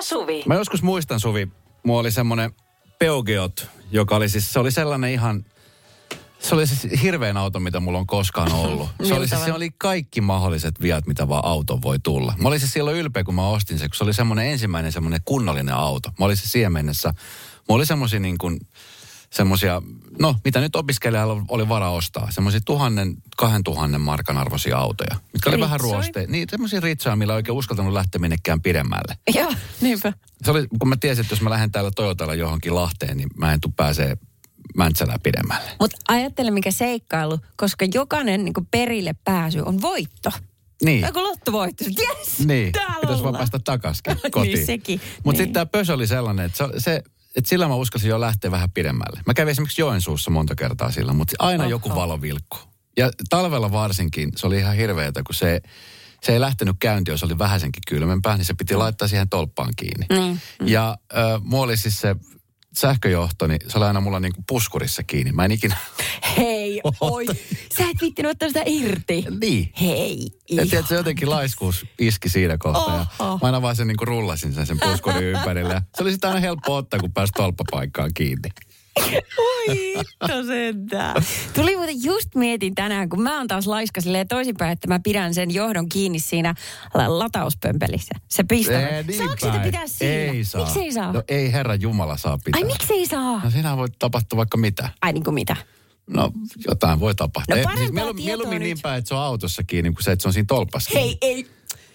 Suvi. Mä joskus muistan, Suvi, mulla oli semmoinen Peugeot, joka oli siis, se oli sellainen ihan, se oli siis hirveän auto, mitä mulla on koskaan ollut. Se oli kaikki mahdolliset viat, mitä vaan auto voi tulla. Mä olin siis silloin ylpeä, kun mä ostin se, kun se oli semmoinen ensimmäinen semmoinen kunnollinen auto. Mä olin siis siihen mennessä, mulla oli semmoisia niin kuin, semmoisia, no mitä nyt opiskelijalla oli vara ostaa, semmoisia 1,000–2,000 markan arvoisia autoja, mitkä oli vähän ruosteja. Niin, semmoisia ritsoja, millä ei oikein uskaltanut lähteä minnekään pidemmälle. Joo, niinpä. Se oli, kun mä tiesin, että jos mä lähden täällä Toyotalla johonkin Lahteen, niin mä en tule pääsee Mäntsälään pidemmälle. Mutta ajattele mikä seikkailu, koska jokainen niin kuin perille pääsy on voitto. Niin. Joku lottovoitto. Yes, niin, täällä pitäisi vaan ollaan. päästä takaisin kotiin. Niin sekin. Mutta niin. sitten tämä Pösö oli sellainen, että että sillä mä uskalsin jo lähteä vähän pidemmälle. Mä kävin esimerkiksi Joensuussa monta kertaa sillä, mutta aina joku valo vilkkui. Ja talvella varsinkin se oli ihan hirveätä, kun se ei lähtenyt käyntiin, jos oli vähäsenkin kylmempää, niin se piti laittaa siihen tolppaan kiinni. Ja mulla oli siis se sähköjohto, niin se oli aina mulla niinku puskurissa kiinni. Mä en ikinä... Hei, oi. Sä et viittinyt ottaa sitä irti. Niin. Hei. Ja tiedät, se jotenkin laiskuus iski siinä kohtaa. Ja mä aina vaan sen niinku rullasin sen puskurin ympärille. Ja se oli sitä aina helppo ottaa, kun pääsi tolppapaikkaan kiinni. Oi, hitto sentään. Tuli muuten just mietin tänään, kun mä oon taas laiska silleen toisinpäin, että mä pidän sen johdon kiinni siinä latauspömpelissä. Se pistää. Saako sitä pitää siinä? Ei saa. Miksi ei saa? No ei Herra Jumala saa pitää. Ai miksi ei saa? No siinä voi tapahtua vaikka mitä. Ai niin kuin mitä? No jotain voi tapahtua. No Siis mieluummin niin päin, että se on autossa kiinni, kuin se, että se on siinä tolpassa. Hei, ei.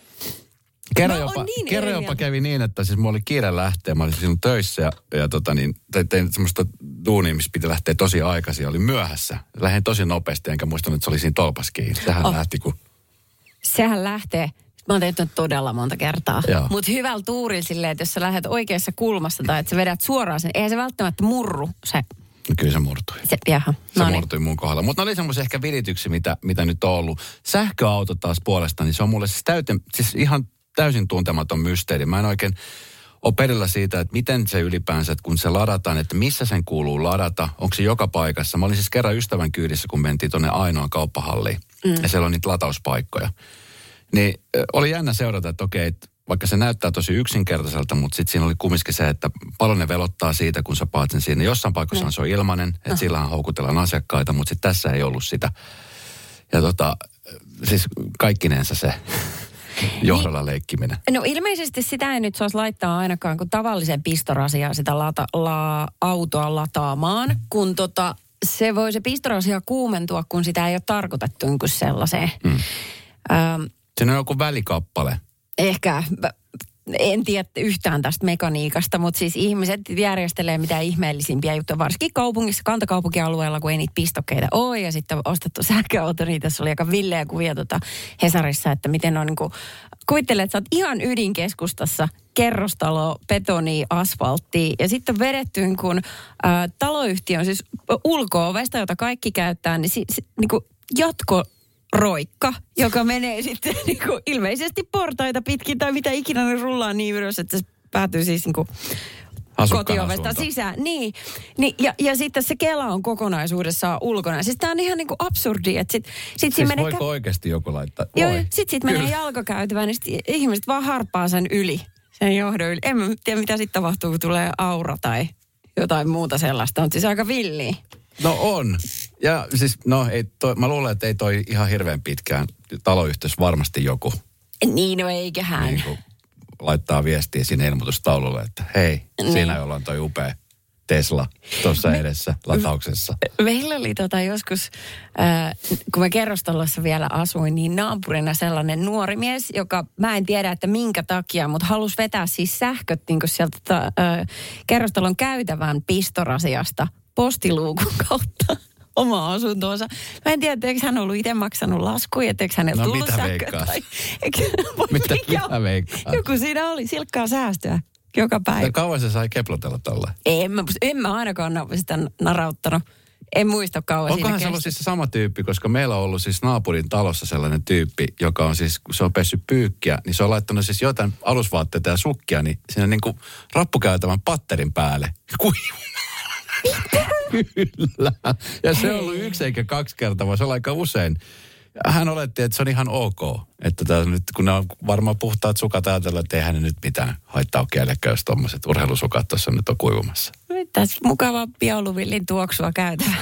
Kerran jopa kävi niin, että siis mulla oli kiire lähteä. Mä olin sinun töissä ja tein semmoista duunia, missä piti lähteä tosi aikaisin. Oli myöhässä. Lähdin tosi nopeasti, enkä muistanut, että se oli siinä tolpassa kiinni. Sehän lähti Sehän lähtee. Mä oon tehnyt todella monta kertaa. Mutta hyvällä tuurilla silleen, että jos sä lähdet oikeassa kulmassa tai että sä vedät suoraan sen, eihän se välttämättä murru se. Kyllä se murtui. Se murtui mun kohdalla. Mutta ne oli semmoisia ehkä virityksiä, mitä nyt on ollut. Sähköauto taas puolestaan, niin se on mulle siis ihan täysin tuntematon mysteeri. Mä en oikein ole perillä siitä, että miten se ylipäänsä, että kun se ladataan, että missä sen kuuluu ladata, onko se joka paikassa. Mä olin siis kerran ystävän kyydissä, kun mentiin tuonne ainoaan kauppahalliin. Ja siellä on niitä latauspaikkoja. Niin oli jännä seurata, että okei, vaikka se näyttää tosi yksinkertaiselta, mutta sitten siinä oli kumminkin se, että paljon ne velottaa siitä, kun sä paat sen siinä. Jossain paikassa se on ilmainen, että sillähän houkutellaan asiakkaita, mutta sitten tässä ei ollut sitä. Ja siis kaikkinensa se johdolla leikkiminen. No ilmeisesti sitä ei nyt saisi laittaa ainakaan kuin tavallisen pistorasian sitä autoa lataamaan, kun se voi se pistorasia kuumentua, kun sitä ei ole tarkoitettu niin kuin sellaiseen. Siinä on joku välikappale. Ehkä, en tiedä yhtään tästä mekaniikasta, mutta siis ihmiset järjestelee mitä ihmeellisimpiä juttuja, varsinkin kaupungissa, kantakaupunkialueella, kun ei niitä pistokkeita ole. Ja sitten on ostettu sähköauto, niin tässä oli aika villeä kuvia Hesarissa, että miten on niin kuin, kuvittele, että sä oot ihan ydinkeskustassa, kerrostalo, betoni, asfalttia, ja sitten on vedetty niin kuin, taloyhtiön siis ulko-ovesta, jota kaikki käyttää, niin, niin kuin roikka, joka menee sitten niinku ilmeisesti portaita pitkin tai mitä ikinä ne rullaa niin ylös, että se päätyy siis niinku kotiovesta sisään. Niin ja sitten se kela on kokonaisuudessaan ulkona. Siis tää on ihan niinku absurdi, että sit siis menee voiko oikeasti joku laittaa? Joo, sit menee jalkakäytävään, niin sit ihmiset vaan harppaa sen yli, sen johdon yli. En mä tiedä, mitä sitten tapahtuu, kun tulee aura tai jotain muuta sellaista. On siis aika villiä. No on. Ja siis, mä luulen, että ei toi ihan hirveän pitkään. Taloyhteys varmasti joku. Niin, no eiköhän. Niin kuin laittaa viestiä siinä ilmoitustaululle, että hei, siinä jolla on toi upea Tesla tuossa edessä latauksessa. Meillä oli joskus, kun mä kerrostalossa vielä asuin, niin naapurina sellainen nuori mies, joka mä en tiedä, että minkä takia, mutta halusi vetää siis sähköt niin kuin sieltä kerrostalon käytävän pistorasiasta postiluukun kautta omaa asuntoonsa. Mä en tiedä, eikö hän ollut itse maksanut laskuja, eikö hänellä tullut sähköä. Mitä veikkaat? Joku siinä oli silkkaa säästöä joka päivä. Ja kauan se sai keplotella tolla? En mä ainakaan sitä narauttanut. En muista kauan siinä onkohan se ollut siis se sama tyyppi, koska meillä on ollut siis naapurin talossa sellainen tyyppi, joka on siis, kun se on pessyt pyykkiä, niin se on laittanut siis jotain alusvaatteita ja sukkia, niin siinä niin kuin rappukäytävän patterin päälle. Kyllä. Ja se on ollut 1 eikä 2 kertaa, vaan se on aika usein. hän oletti, että se on ihan ok. Että nyt, kun ne on varmaan puhtaat sukat ajatella, että eihän ne nyt mitään haittaa kellekään, jos tommoset urheilusukat tuossa nyt on kuivumassa. Tässä mukavaa jouluvillin tuoksua käytävä.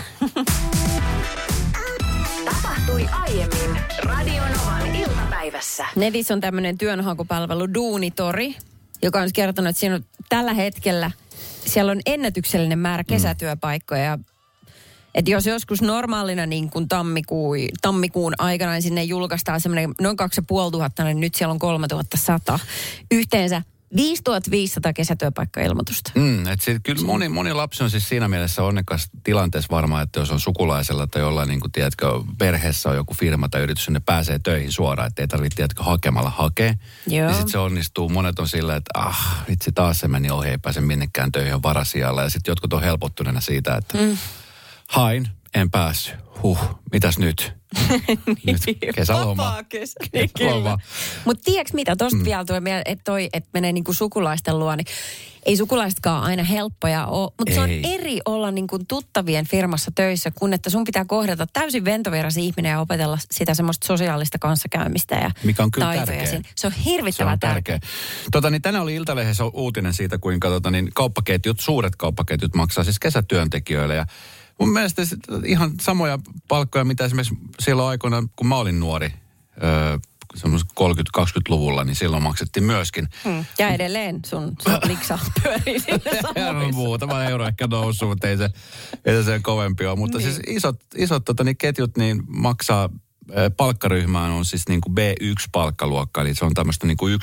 Tapahtui aiemmin Radionovan iltapäivässä. Netissä on tämmöinen työnhakupalvelu Duunitori, joka on kertonut, että siinä on tällä hetkellä, siellä on ennätyksellinen määrä kesätyöpaikkoja. Että jos joskus normaalina niin kuin tammikuun aikana, niin sinne julkaistaan semmoinen noin 2500, niin nyt siellä on 3100. Yhteensä 5500 kesätyöpaikkailmoitusta. Kyllä moni lapsi on siis siinä mielessä onnekas tilanteessa varmaan, että jos on sukulaisella tai jollain, niin kuin tiedätkö, perheessä on joku firma tai yritys, niin ne pääsee töihin suoraan, että ei tarvitse, tiedätkö, hakemalla hakea. Joo. Ja sitten se onnistuu. Monet on sillä, että vitsi taas se meni ohi, ei pääse minnekään töihin varasijalla. Ja sitten jotkut on helpottuneena siitä, että hain, en päässyt. Mitäs nyt? Nyt kesäloma. Vapaa kesä. Mutta tiedätkö mitä, tosta vielä tulee mieleen, että menee niinku sukulaisten luo, niin ei sukulaisetkaan aina helppoja ole, mutta se on eri olla niinku tuttavien firmassa töissä, kun että sun pitää kohdata täysin ventovierasi ihminen ja opetella sitä semmoista sosiaalista kanssakäymistä ja mikä on kyllä taitoja. tärkeä. Se on hirvittävän tärkeä. Niin tänään oli Iltalehdessä uutinen siitä, kuinka suuret kauppaketjut maksaa siis kesätyöntekijöille ja mun mielestä ihan samoja palkkoja, mitä esimerkiksi silloin aikoina, kun mä olin nuori, semmoisessa 30-20-luvulla, niin silloin maksettiin myöskin. Ja edelleen sun liksa pyörii sinne samoissa. Muutama euro ehkä noussut, mutta ei se sen kovempi ole. Mutta siis isot ketjut niin maksaa, palkkaryhmään on siis niin kuin B1-palkkaluokka, eli se on tämmöistä niin kuin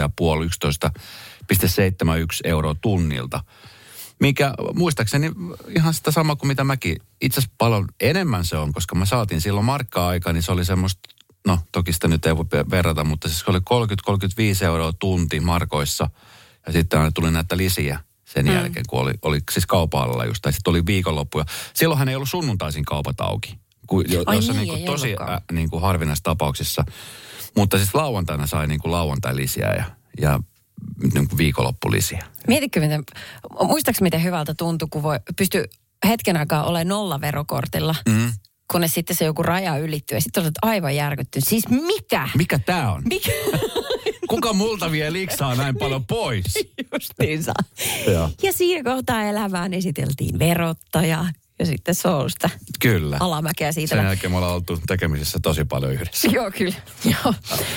11,5-11,71 euroa tunnilta. Mikä muistaakseni ihan sitä sama kuin mitä mäkin. Itse asiassa paljon enemmän se on, koska mä saatiin silloin markka-aikaa, niin se oli semmoista, no toki sitä nyt ei voi verrata, mutta siis oli 30-35 euroa tunti markoissa. Ja sitten aina tuli näitä lisiä sen jälkeen, kun oli siis kaupa-alalla just, tai sitten oli viikonloppuja. Silloinhan ei ollut sunnuntaisin kaupat auki, jossa niin tosi niin kuin harvinaisissa tapauksissa. Mutta siis lauantaina sai niin kuin lauantai-lisiä ja niin kuin viikonloppulisiä. Mietitkö, muistaaks miten hyvältä tuntui, kun pystyi hetken aikaa olemaan nollaverokortilla, kunnes sitten se joku raja ylittyy ja sitten olet aivan järkyttynyt. Siis mitä? Mikä tää on? Kuka multa vie liksaa näin paljon pois? Justiinsa. Ja siinä kohtaa elämään esiteltiin verottaja. Ja sitten sousta. Kyllä. Alamäkeä siitä. Sen jälkeen me ollaan oltu tekemisissä tosi paljon yhdessä. Joo, kyllä. Joo.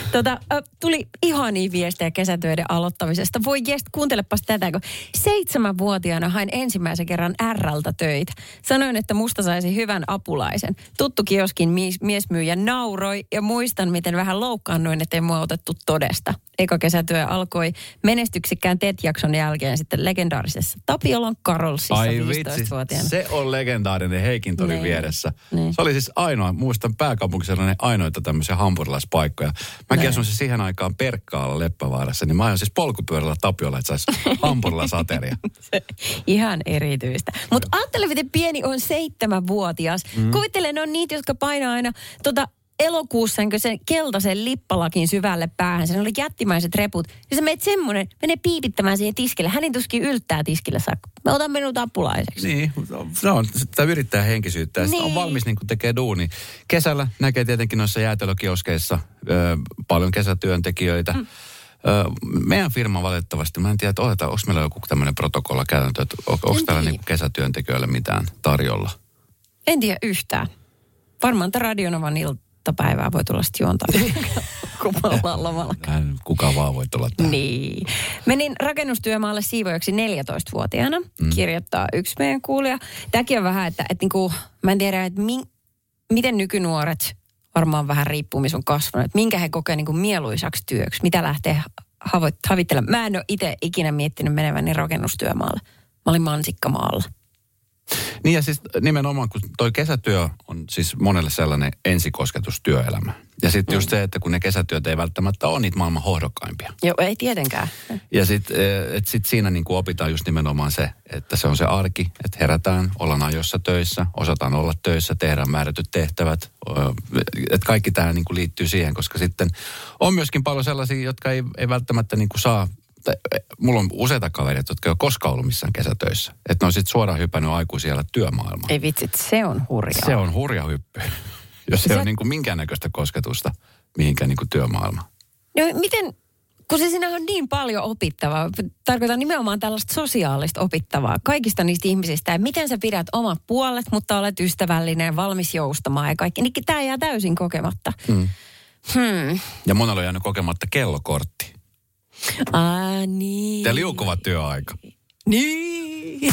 Tuli ihania viestejä kesätöiden aloittamisesta. Voi kuuntelepas tätä, kun 7-vuotiaana hain ensimmäisen kerran R:ltä töitä. Sanoin, että musta saisi hyvän apulaisen. Tuttu kioskin miesmyyjä nauroi ja muistan, miten vähän loukkaannuin, ettei mua otettu todesta. Eka kesätyö alkoi menestyksekkään TED-jakson jälkeen sitten legendaarisessa Tapiolan Karolsissa 15-vuotiaana. Se on legendaarinen Heikin torin vieressä. Niin. Se oli siis muistan pääkaupunkiseudulla ainoita tämmöisiä hampurilaispaikkoja. Mäkin asun siis siihen aikaan Perkkaalla Leppävaarassa, niin mä ajan siis polkupyörällä Tapiolla, että saisi hampurilaisateria. Ihan erityistä. Mutta ajattele, miten pieni on 7-vuotias. Kuvittele, ne on niitä, jotka painaa aina elokuussa sen keltaisen lippalakin syvälle päähän. Siinä oli jättimäiset reput. Ja sä menet semmoinen, menee piipittämään siihen tiskille. Hänen tuskin yltää tiskille saakka. Mä otan minut apulaiseksi. Niin, se on sitä yrittää henkisyyttä. Ja niin. On valmis niin kuin tekee duuni. Kesällä näkee tietenkin noissa jäätelökioskeissa paljon kesätyöntekijöitä. Meidän firma valitettavasti, mä en tiedä, että onko meillä joku tämmöinen protokolla käytäntö, että onko täällä niin kuin kesätyöntekijöille mitään tarjolla? En tiedä yhtään. Varmaan tämä Radionovan iltapäivää voi tulla sitten juontaa, kun me ollaan lomalla. Kuka vaan voi tulla tähän. Niin. Menin rakennustyömaalle siivoajaksi 14-vuotiaana, kirjoittaa yksi meidän kuulija. Tämäkin on vähän, että niinku, mä en tiedä, että miten nykynuoret, varmaan vähän riippuu, missä on kasvanut, että minkä he kokee niinku mieluisaksi työksi, mitä lähtee havittelemaan. Mä en ole itse ikinä miettinyt meneväni rakennustyömaalle. Mä olin mansikkamaalla. Niin ja siis nimenomaan, kun toi kesätyö on siis monelle sellainen ensikosketus työelämään. Ja sitten just se, että kun ne kesätyöt ei välttämättä ole niitä maailman hohdokkaimpia. Joo, ei tietenkään. Ja sitten siinä niinku opitaan just nimenomaan se, että se on se arki, että herätään, ollaan ajoissa töissä, osataan olla töissä, tehdään määrätyt tehtävät. Että kaikki tämä niinku liittyy siihen, koska sitten on myöskin paljon sellaisia, jotka ei välttämättä niinku saa. Mulla on useita kavereita, jotka ei ole koskaan ollut missään kesätöissä. Että ne on sitten suoraan hypännyt aikuisia työmaailmaan. Ei vitsit, se on hurjaa. Se on hurja hyppy. jos ei ole niin kuin minkäännäköistä kosketusta mihinkään niin kuin työmaailmaan. No miten, kun siinä on niin paljon opittavaa, tarkoitan nimenomaan tällaista sosiaalista opittavaa kaikista niistä ihmisistä, ja miten sä pidät omat puolet, mutta olet ystävällinen, valmis joustamaan ja kaikki. Niin tämä jää täysin kokematta. Ja monella on jäänyt kokematta kellokortti. Niin. Ja liukuva työaika. Niin.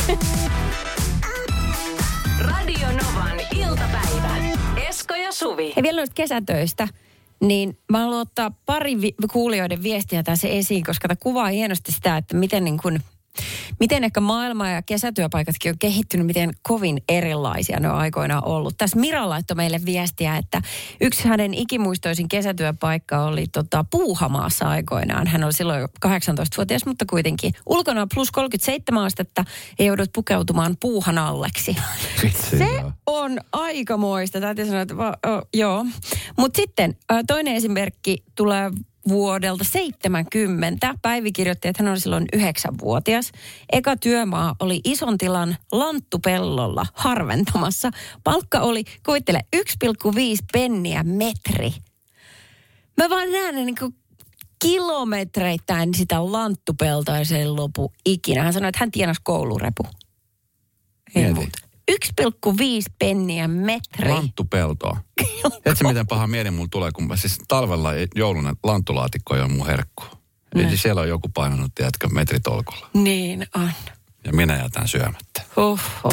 Radio Novan iltapäivä. Esko ja Suvi. Ja vielä noista kesätöistä, niin mä haluan ottaa pari kuulijoiden viestiä tässä esiin, koska tämä kuvaa hienosti sitä, että miten ehkä maailma ja kesätyöpaikatkin on kehittynyt, miten kovin erilaisia ne on aikoinaan ollut. Tässä Mira laittoi meille viestiä, että yksi hänen ikimuistoisin kesätyöpaikka oli Puuhamaassa aikoinaan. Hän oli silloin jo 18-vuotias, mutta kuitenkin ulkona plus 37 astetta ja joudut pukeutumaan puuhan alleksi. Se on aikamoista, täytyy sanoa, että joo. Mutta sitten toinen esimerkki tulee vuodelta 70. Päivi kirjoitti, että hän oli silloin 9-vuotias. Eka työmaa oli ison tilan lanttupellolla harventamassa. Palkka oli, kuvittele, 1,5 penniä metri. Mä vaan näen niin kuin kilometreittäin sitä lanttupeltoa ja se ei lopu ikinä. Hän sanoi, että hän tienasi koulurepu. Ei muuta. 1,5 penniä metri. Lanttupeltoa. Tiedätkö, miten paha mieli mulla tulee, kun mä siis talvella jouluna lanttulaatikko on mun herkku. Eli siellä on joku painanut, tiedätkö, metritolkulla. Niin on. Ja minä jätän syömättä. Oho.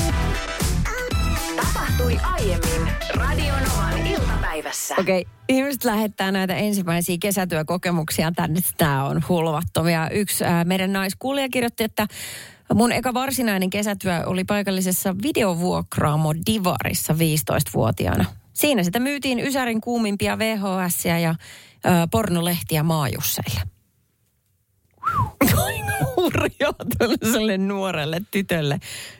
Tapahtui aiemmin Radio Novan iltapäivässä. Okei, ihmiset lähettää näitä ensimmäisiä kesätyökokemuksia tänne. Tämä on hulvattomia. Yksi meidän naiskuulija kirjoitti, että mun eka varsinainen kesätyö oli paikallisessa videovuokraamo Divarissa 15-vuotiaana. Siinä sitä myytiin Ysärin kuumimpia VHS-ja ja pornolehtiä maajusseille. Hurjaa tällaiselle nuorelle tytölle.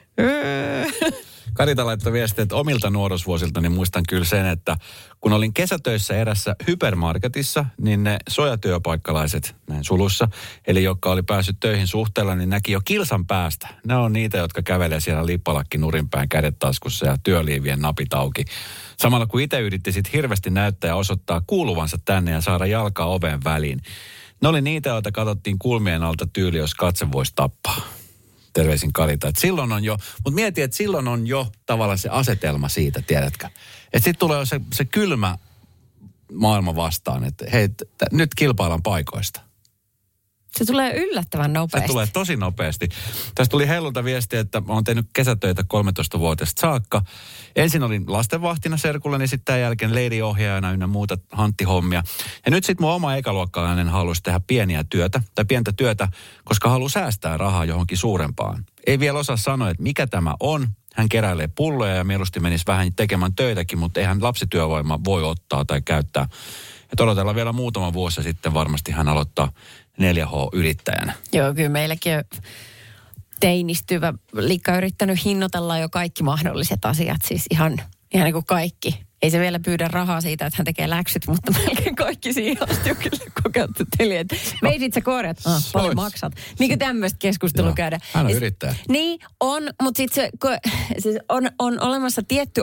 Karita laittoi viestiä, että omilta nuoruusvuosilta niin muistan kyllä sen, että kun olin kesätöissä erässä hypermarketissa, niin ne sojatyöpaikkalaiset, näin sulussa, eli jotka oli päässyt töihin suhteella, niin näki jo kilsan päästä. Ne on niitä, jotka kävelee siellä lippalakki nurinpäin kädet taskussa ja työliivien napit auki. Samalla kun itse yritti sit hirveästi näyttää ja osoittaa kuuluvansa tänne ja saada jalkaa oven väliin. Ne oli niitä, joita katsottiin kulmien alta tyyli, jos katse voisi tappaa. Terveisin Karita. Että silloin on jo, mutta mieti, että silloin on jo tavallaan se asetelma siitä, tiedätkö? Että sitten tulee se kylmä maailma vastaan, että hei, nyt kilpaillaan paikoista. Se tulee yllättävän nopeasti. Se tulee tosi nopeasti. Tästä tuli Hellulta viesti, että mä oon tehnyt kesätöitä 13-vuotiaasta saakka. Ensin olin lastenvahtina serkulla, niin sitten tämän jälkeen leiriohjaajana ynnä muuta hanttihommia. Ja nyt sitten mun oma ekaluokkalainen halusi tehdä pientä työtä, koska haluaa säästää rahaa johonkin suurempaan. Ei vielä osaa sanoa, että mikä tämä on. Hän keräilee pulloja ja mieluusti menisi vähän tekemään töitäkin, mutta eihän lapsityövoima voi ottaa tai käyttää. Ja odotellaan vielä muutama vuosi sitten varmasti hän aloittaa 4H-yrittäjänä. Joo, kyllä meilläkin on teinistyvä liikka yrittänyt hinnoitella jo kaikki mahdolliset asiat, siis ihan niin kuin kaikki. Ei se vielä pyydä rahaa siitä, että hän tekee läksyt, mutta melkein kaikki siihen asti on kyllä kokeutteli, että veisit sä korjat, paljon maksat. Niin kuin tämmöistä keskustelua käydä. Hän on yrittäjä. Niin, on, mutta sitten siis on olemassa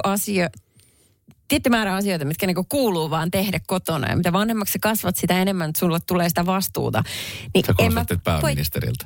tietty määrä asioita, mitkä niinku kuuluu vaan tehdä kotona. Ja mitä vanhemmaksi sä kasvat, sitä enemmän, että sulle tulee sitä vastuuta. Niin sä konsultit pääministeriltä.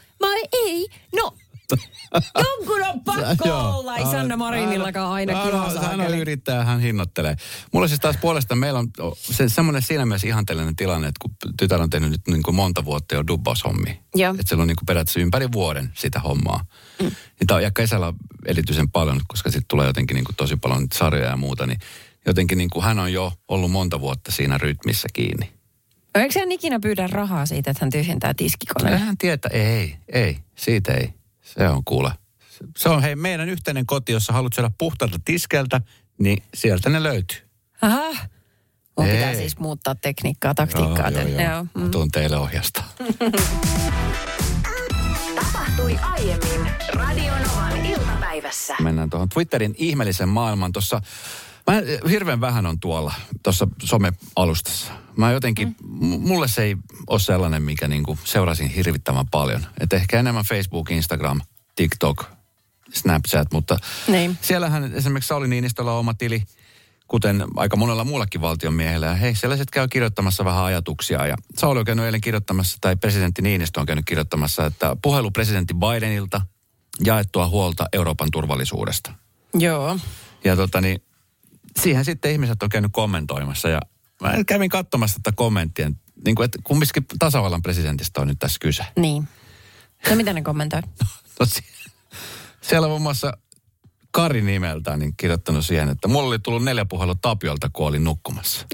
No, jonkun on pakko olla. Ei Sanna Marinillakaan aina kilosaa. Hän on yrittäjä, hän hinnoittelee. Mulla siis taas puolestaan meillä on semmoinen siinä mielessä ihanteellinen tilanne, että kun tytär on tehnyt nyt niin kuin monta vuotta jo dubbaushommia. Että siellä on niin kuin periaatteessa ympäri vuoden sitä hommaa. Ja kesällä erityisen paljon, koska sitten tulee jotenkin niin kuin tosi paljon sarjoja ja muuta, niin jotenkin niin kuin hän on jo ollut monta vuotta siinä rytmissä kiinni. Eikö hän ikinä pyydä rahaa siitä, että hän tyhjentää tiskikoneen? Hän tietää, ei, siitä ei. Se on kuule. Se on hei meidän yhteinen koti, jossa haluat syödä puhtaalta tiskeltä, niin sieltä ne löytyy. Aha. Mun pitää siis muuttaa tekniikkaa, taktiikkaa. Joo. Mä tuun teille ohjastaa. Tapahtui aiemmin Radio Novan iltapäivässä. Mennään tuohon Twitterin ihmeellisen maailman. Hirveän vähän on tuossa some-alustassa. Mä jotenkin, mulle se ei ole sellainen, mikä niinku seurasin hirvittävän paljon. Että ehkä enemmän Facebook, Instagram, TikTok, Snapchat, mutta siellähän esimerkiksi Sauli Niinistöllä on oma tili. kuten aika monella muullakin valtionmiehellä. Ja hei, sellaiset käy kirjoittamassa vähän ajatuksia. Ja Sauli on käynyt eilen kirjoittamassa, tai presidentti Niinistö on käynyt kirjoittamassa, että puhelu presidentti Bidenilta jaettua huolta Euroopan turvallisuudesta. Joo. Ja siihen sitten ihmiset on käynyt kommentoimassa. Ja mä kävin katsomassa tätä kommenttia, niin kuin, että kumminkin tasavallan presidentistä on nyt tässä kyse. Niin. No mitä ne kommentoi? Siellä on muun muassa Kari nimeltään niin kirjoittanut siihen, että mulla oli tullut 4 puhelua Tapiolta, kun olin nukkumassa.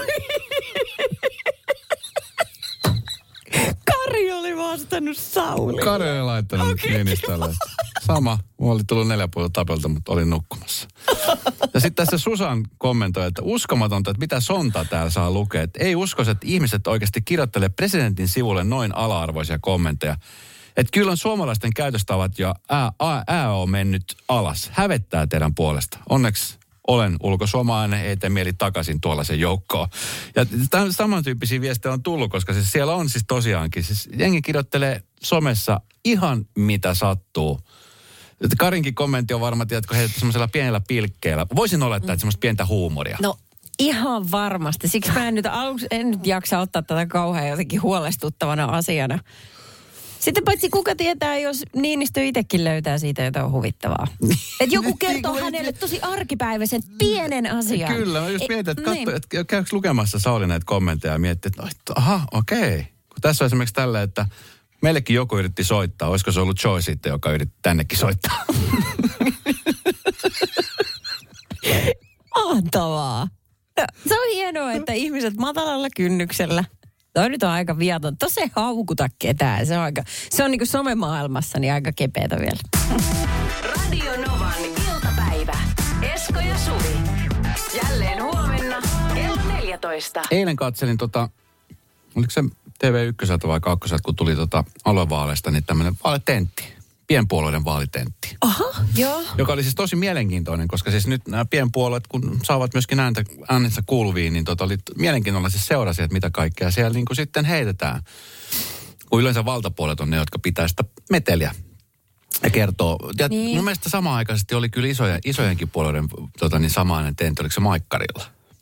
Kari oli vastannut Saulille. Kari oli laittanut Niinistölle. Sama, mulla oli tullut 4 puhelua Tapiolta, mutta olin nukkumassa. Ja sitten tässä Susan kommentoi, että uskomatonta, että mitä sonta täällä saa lukea. Että ei uskoisi, että ihmiset oikeasti kirjoittelee presidentin sivulle noin ala-arvoisia kommentteja. Että kyllä on suomalaisten käytöstavat ja on mennyt alas. Hävettää teidän puolesta. Onneksi olen ulkosuomalainen, ei tee mieli takaisin tuollaisen joukkoon. Ja samantyyppisiä viestejä on tullut, koska siis siellä on siis tosiaankin. Siis jengi kirjoittelee somessa ihan mitä sattuu. Karinkin kommentti on varma, tiedätkö, heitetty semmoisella pienellä pilkkeellä. Voisin olettaa, että semmoista pientä huumoria. No ihan varmasti. Siksi mä en nyt jaksa ottaa tätä kauhean jotenkin huolestuttavana asiana. Sitten paitsi kuka tietää, jos Niinistö itsekin löytää siitä jotain huvittavaa. Että joku kertoo hänelle tosi arkipäiväisen pienen asian. Kyllä, mä just mietin, että käykö lukemassa Sauli näitä kommentteja ja miettii, että aha, okei. Kun tässä on esimerkiksi tällä, että meillekin joku yritti soittaa. Olisiko se ollut Joy sitten, joka yritti tännekin soittaa? Mahtavaa. Se on hienoa, että ihmiset matalalla kynnyksellä. Toi nyt on aika viaton. Tossa ei haukuta ketään. Se on niin kuin somemaailmassa niin aika kepeätä vielä. Radio Novan iltapäivä. Esko ja Suvi. Jälleen huomenna kello 14. Eilen katselin oliko se TV1 vai 2, kun tuli aluevaaleista, niin tämmöinen vaalitentti. Pienpuolueiden vaalitentti. Aha, joo. Joka oli siis tosi mielenkiintoinen, koska siis nyt nämä pienpuolueet, kun saavat myöskin äänensä kuuluviin, niin oli mielenkiintoinen siis seurasi, että mitä kaikkea siellä niin kuin sitten heitetään. Kun yleensä valtapuolet on ne, jotka pitää sitä meteliä ja kertoo. Ja niin. Mun mielestä samanaikaisesti oli kyllä isojenkin puolueiden samainen tentti, oliko se Maikkarilla?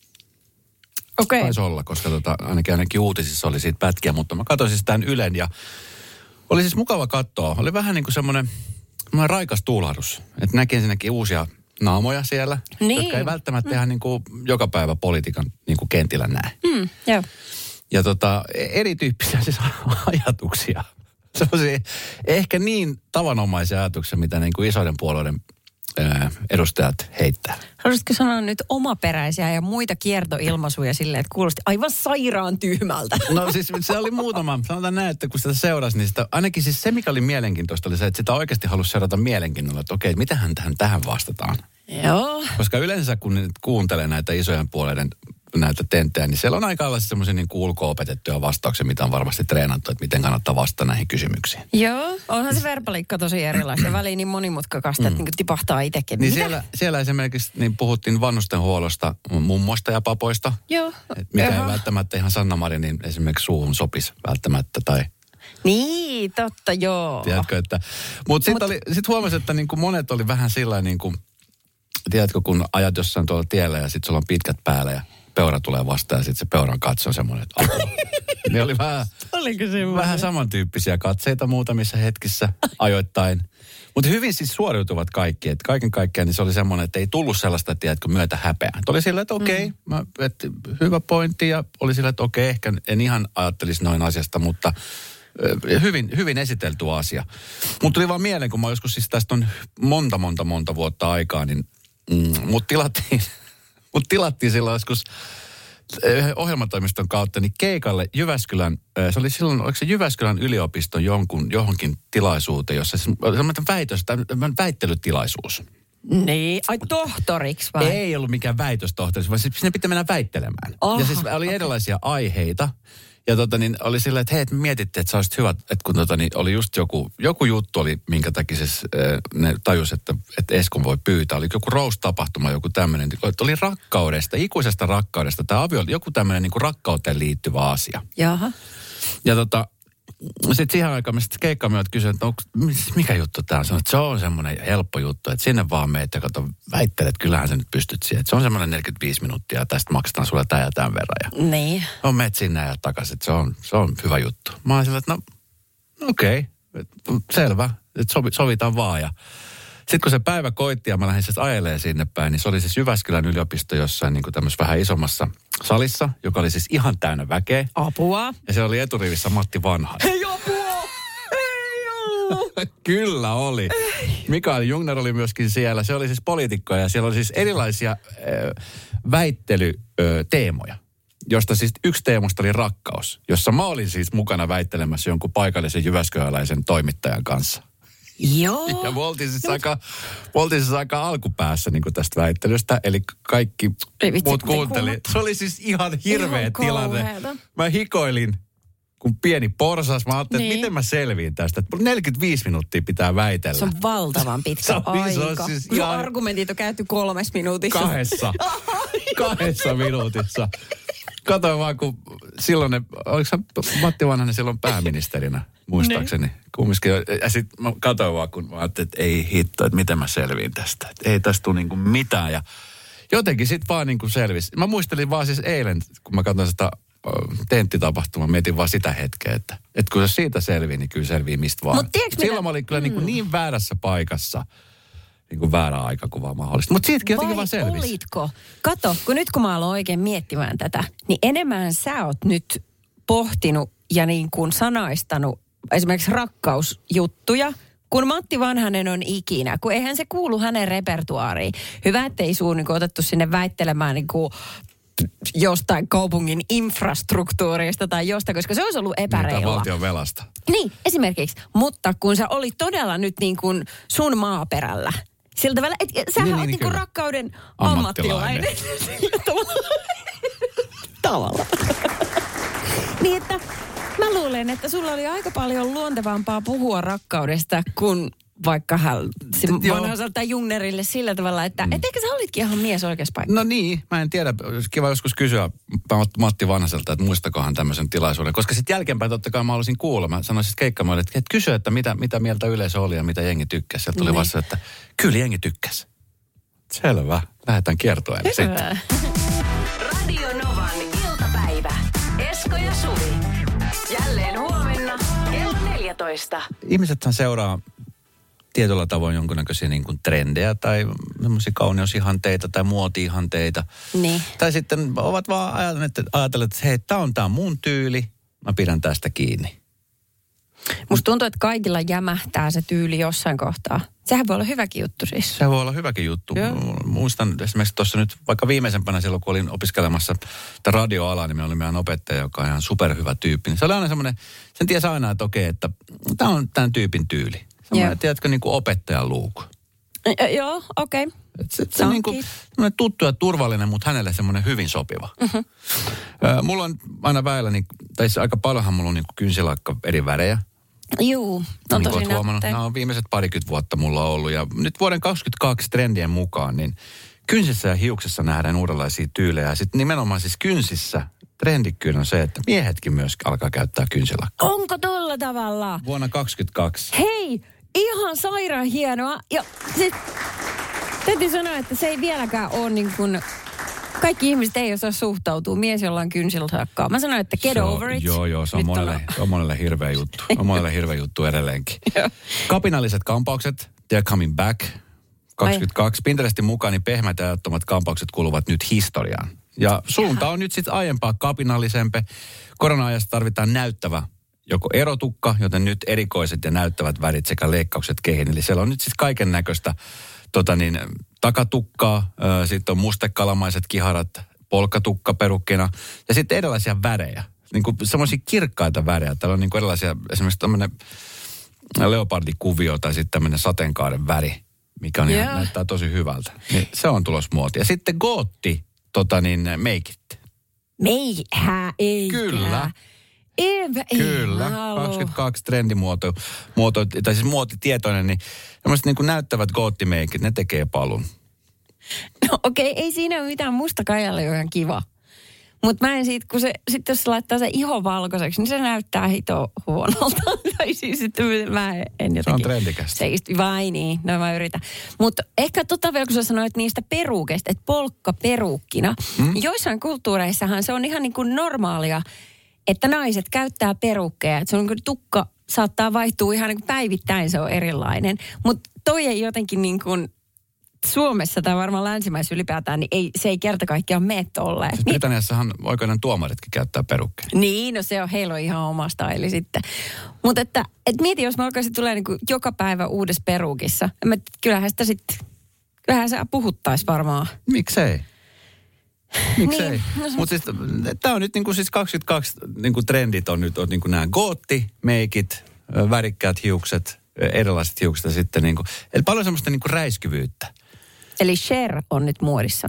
Okei. Taisi olla, koska ainakin uutisissa oli siitä pätkiä, mutta mä katsoin siis tämän Ylen ja oli siis mukava katsoa. Oli vähän niin kuin semmoinen raikas tuulahdus. Että näki ensinnäkin uusia naamoja siellä, jotka ei välttämättä ihan niin kuin joka päivä politiikan niin kuin kentillä näe. Joo. Ja erityyppisiä siis ajatuksia. Sellaisia ehkä niin tavanomaisia ajatuksia, mitä niin kuin isoiden puolueiden edustajat heittää. Haluaisitko sanoa nyt omaperäisiä ja muita kiertoilmaisuja silleen, että kuulosti aivan sairaan tyhmältä? No siis se oli muutama. Sanotaan näin, että kun sitä seurasi, niin ainakin siis se, mikä oli mielenkiintoista, oli se, että sitä oikeasti halusi seurata mielenkiinnolla, että okei, mitähän tähän vastataan. Joo. Koska yleensä kun kuuntelee näitä isojen puolueiden näitä tenttejä, niin siellä on aika lailla semmoisia niin ulko-opetettuja vastauksia, mitä on varmasti treenattu, että miten kannattaa vastata näihin kysymyksiin. Joo, onhan se verbaliikka tosi erilaista. Väliin niin monimutkakasta, että niin tipahtaa itsekin. Niin siellä esimerkiksi niin puhuttiin vanhustenhuollosta, mummoista ja papoista. Joo. Mikä ei välttämättä ihan Sanna Marinin esimerkiksi suuhun sopisi välttämättä tai... Niin, totta, joo. Tiedätkö, että... Mutta sitten huomasin, että niin kuin monet oli vähän sillä niin kuin... Tiedätkö, kun ajat jossain tuolla tiellä ja sitten sulla on pitkät päällä ja peura tulee vastaan ja sitten se peuran katse on semmoinen, että ne oli vähän samantyyppisiä katseita muutamissa hetkissä ajoittain. Mutta hyvin siis suoriutuvat kaikki. Että kaiken kaikkiaan niin se oli semmoinen, että ei tullut sellaista, tiedätkö, myötä häpeää. Oli sillä, että okei, hyvä pointti ja oli sillä, että okei, ehkä en ihan ajattelisi noin asiasta, mutta hyvin esitelty asia. Mutta tuli vaan mieleen, kun mä joskus siis tästä on monta vuotta aikaa, niin mut tilattiin silloin joskus ohjelmatoimiston kautta niin keikalle Jyväskylän, se oli silloin, oliko se Jyväskylän yliopiston johonkin tilaisuuteen, jossa siis oli semmoinen väittelytilaisuus. Niin, ai tohtoriksi vai? Ei ollut mikään väitöstohtori, vaan sinne pitää mennä väittelemään. Ja siis oli erilaisia aiheita. Ja oli silleen, että hei, että mietitte, että sä olisit hyvä, että kun oli just joku juttu oli, minkä takia ne tajus, että Eskon voi pyytää. Oli joku roast-tapahtuma, joku tämmöinen. Oli rakkaudesta, ikuisesta rakkaudesta. Tämä joku tämmöinen niin kuin rakkauteen liittyvä asia. Jaha. Ja sitten siihen aikaan keikkamiehet kysyivät, että mikä juttu tämä on? Sanoin, että se on semmoinen helppo juttu, että sinne vaan meet ja kato, väittelet, kyllähän sä nyt pystyt siihen. Että se on semmoinen 45 minuuttia ja tästä maksetaan sulle tämän ja tämän verran. Ja niin. Meet sinne ja takaisin, että se on hyvä juttu. Mä olin sillä, että no okei, selvä, että sovitaan vaan. Ja sitten kun se päivä koitti ja mä lähdin siis ajelemaan sinne päin, niin se oli siis Jyväskylän yliopisto jossain niin kuin tämmöisessä vähän isommassa salissa, joka oli siis ihan täynnä väkeä. Apua. Ja se oli eturivissä Matti Vanhanen. Ei apua! Ei ollut! Kyllä oli. Mikael Jungner oli myöskin siellä. Se oli siis poliitikko ja siellä oli siis erilaisia väittelyteemoja, josta siis yksi teemosta oli rakkaus, jossa mä olin siis mukana väittelemässä jonkun paikallisen jyväskyläläisen toimittajan kanssa. Joo. Ja me oltiin siis aika alkupäässä niin kuin tästä väittelystä, eli kaikki muut kuunteli. Se oli siis ihan hirveä tilanne. Kauheata. Mä hikoilin, kun pieni porsas. Mä ajattelin, että miten mä selviin tästä. 45 minuuttia pitää väitellä. Se on valtavan pitkä aika. Siis ihan... Argumentit on käyty 3 minuutissa. 2 minuutissa. Katoin vaan, kun silloin oliko Matti Vanhanen silloin pääministerinä, muistaakseni. Kumminkin. Ja sitten mä katsoin vaan, kun mä ajattelin, että ei hitto, että miten mä selviin tästä. Että ei tästä tule niinku mitään. Ja jotenkin sitten vaan niinku selvisi. Mä muistelin vaan siis eilen, kun mä katsoin sitä tenttitapahtumaa, mietin vaan sitä hetkeä, että kun se siitä selvii, niin kyllä selvii mistä vaan. Silloin mä olin kyllä niin väärässä paikassa. Niin kuin väärä aikakuva mahdollista. Mutta siitäkin jotenkin vaan selvisi. Vai olitko? Kato, kun mä aloin oikein miettimään tätä, niin enemmän sä oot nyt pohtinut ja niin kuin sanaistanut esimerkiksi rakkausjuttuja, kun Matti Vanhanen on ikinä, kun eihän se kuulu hänen repertuaariin. Hyvä, ettei suu niin kuin otettu sinne väittelemään niin kuin jostain kaupungin infrastruktuurista tai jostain, koska se olisi ollut epäreilua. Tai valtion velasta. Niin, esimerkiksi. Mutta kun sä olit todella nyt niin kuin sun maaperällä, sillä tavalla, että sähän oot niin kuin rakkauden ammattilainen. Tavalla. Niin, että mä luulen, että sulla oli aika paljon luontevampaa puhua rakkaudesta kuin vaikka vanhaiselta Jungnerille sillä tavalla, että etteikö sä olitkin ihan mies oikeassa paikassa? No niin, mä en tiedä. Olisi kiva joskus kysyä Matti Vanhaselta, että muistakohan tämmöisen tilaisuuden. Koska sitten jälkeenpäin totta kai mä haluaisin kuulla. Mä sanoisin keikkaamalle, että kysy, että mitä mieltä yleisö oli ja mitä jengi tykkäsi. Sieltä tuli vasta, että kyllä jengi tykkäsi. Selvä. Lähdetään kiertueelle sitten. Radio Novan iltapäivä. Esko ja Suvi. Jälleen huomenna kello 14. Ihmisethän seuraa tietyllä tavoin jonkunnäköisiä niin kuin trendejä tai semmoisia kauneusihanteita tai muoti-ihanteita. Niin. Tai sitten ovat vaan ajatelleet, että hei, tämä on mun tyyli, mä pidän tästä kiinni. Musta tuntuu, että kaikilla jämähtää se tyyli jossain kohtaa. Sehän voi olla hyväkin juttu siis. Se voi olla hyväkin juttu. Muistan esimerkiksi tuossa nyt vaikka viimeisempänä silloin, kun olin opiskelemassa radioalaa, niin meillä oli meidän opettaja, joka on ihan superhyvä tyyppi. Niin se oli aina semmoinen, sen tiesi aina, että okei, että tämä on tämän tyypin tyyli. Semmoinen, tiedätkö, niin kuin opettajan luuku. Joo, okei. Se on niin kuin tuttu ja turvallinen, mutta hänelle semmoinen hyvin sopiva. Mm-hmm. Mulla on aina väillä, tai aika paljonhan mulla on niin kuin kynsilakka eri värejä. Juu, on niin tosi näytteen. Nämä on viimeiset 20 vuotta mulla ollut. Ja nyt vuoden 2022 trendien mukaan, niin kynsissä ja hiuksissa nähdään uudenlaisia tyylejä. Ja sitten nimenomaan siis kynsissä trendikkyyn on se, että miehetkin myös alkaa käyttää kynsilakkaa. Onko tolla tavalla? Vuonna 2022. Hei, ihan sairaan hienoa. Ja sit täytyy sanoa, että se ei vieläkään ole niin kuin... Kaikki ihmiset ei osaa suhtautua. Mies, jolla on kynsilakkaa. Mä sanoin, että get over it. Joo, se on monelle hirveä juttu. On monelle hirveä juttu edelleenkin. Kapinalliset kampaukset, they're coming back. 22. Pinterestin mukaan niin pehmeät ja ajattomat kampaukset kuuluvat nyt historiaan. Ja suunta on nyt sitten aiempaa kapinallisempi. Korona-ajassa tarvitaan näyttävä joko erotukka, joten nyt erikoiset ja näyttävät värit sekä leikkaukset kehiin. Eli siellä on nyt siis kaiken näköistä takatukkaa, sitten on mustekalamaiset kiharat, polkatukka perukkina ja sitten erilaisia värejä. Niin kuin semmoisia kirkkaita värejä. Täällä on niin kuin erilaisia, esimerkiksi tämmöinen leopardikuvio tai sitten tämmöinen sateenkaaren väri, mikä on ihan, näyttää tosi hyvältä. Niin se on tulos muotia. Ja sitten gootti, meikit. Eikä. Kyllä. Kyllä, 22 trendimuoto, tai siis muotitietoinen, niin tämmöiset niin kuin näyttävät goottimeikit, ne tekee palun. No okei, ei siinä ole mitään, musta Kajalle on ihan kiva. Mutta mä en siitä, kun sitten jos se laittaa se iho valkoiseksi, niin se näyttää hito huonolta. Tai siis sitten mä en jotenkin. Se on trendikästä. Vai niin, no mä yritän. Mutta ehkä vielä kun sä sanoit niistä peruukeista, että polkka peruukkina. Joissain kulttuureissahan se on ihan niin kuin normaalia, että naiset käyttää perukkeja. Että se on niin kuin tukka saattaa vaihtua ihan niin kuin päivittäin, se on erilainen. Mutta toi ei jotenkin niin kuin Suomessa tai varmaan länsimaissa ylipäätään, niin se ei kerta kaikkiaan mene tolleen. Siis Britanniassahan oikeuden tuomaritkin käyttää perukkeja. Niin, no se on, heillä on ihan oma staili sitten. Mutta että mieti, jos mä alkaisin tulee niin kuin joka päivä uudessa perukissa. Kyllähän se puhuttaisi varmaan. Miksei? Miksei? Niin. Mutta siis tämä on nyt niinku siis 22 niinku trendit on nyt niinku nämä gootti-meikit, värikkäät hiukset, erilaiset hiukset ja sitten niinku, eli paljon semmoista niinku räiskyvyyttä. Eli Cher on nyt muodissa.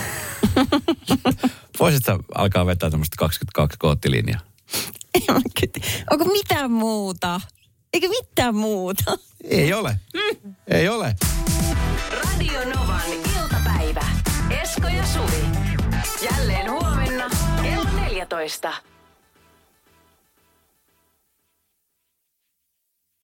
Voisitko alkaa vetää tämmöistä 22 goottilinjaa? Onko mitään muuta? Eikö mitään muuta? Ei ole. Ei ole. Radio Novan iltapäivä. Esko ja Suvi. Jälleen huomenna kello 14.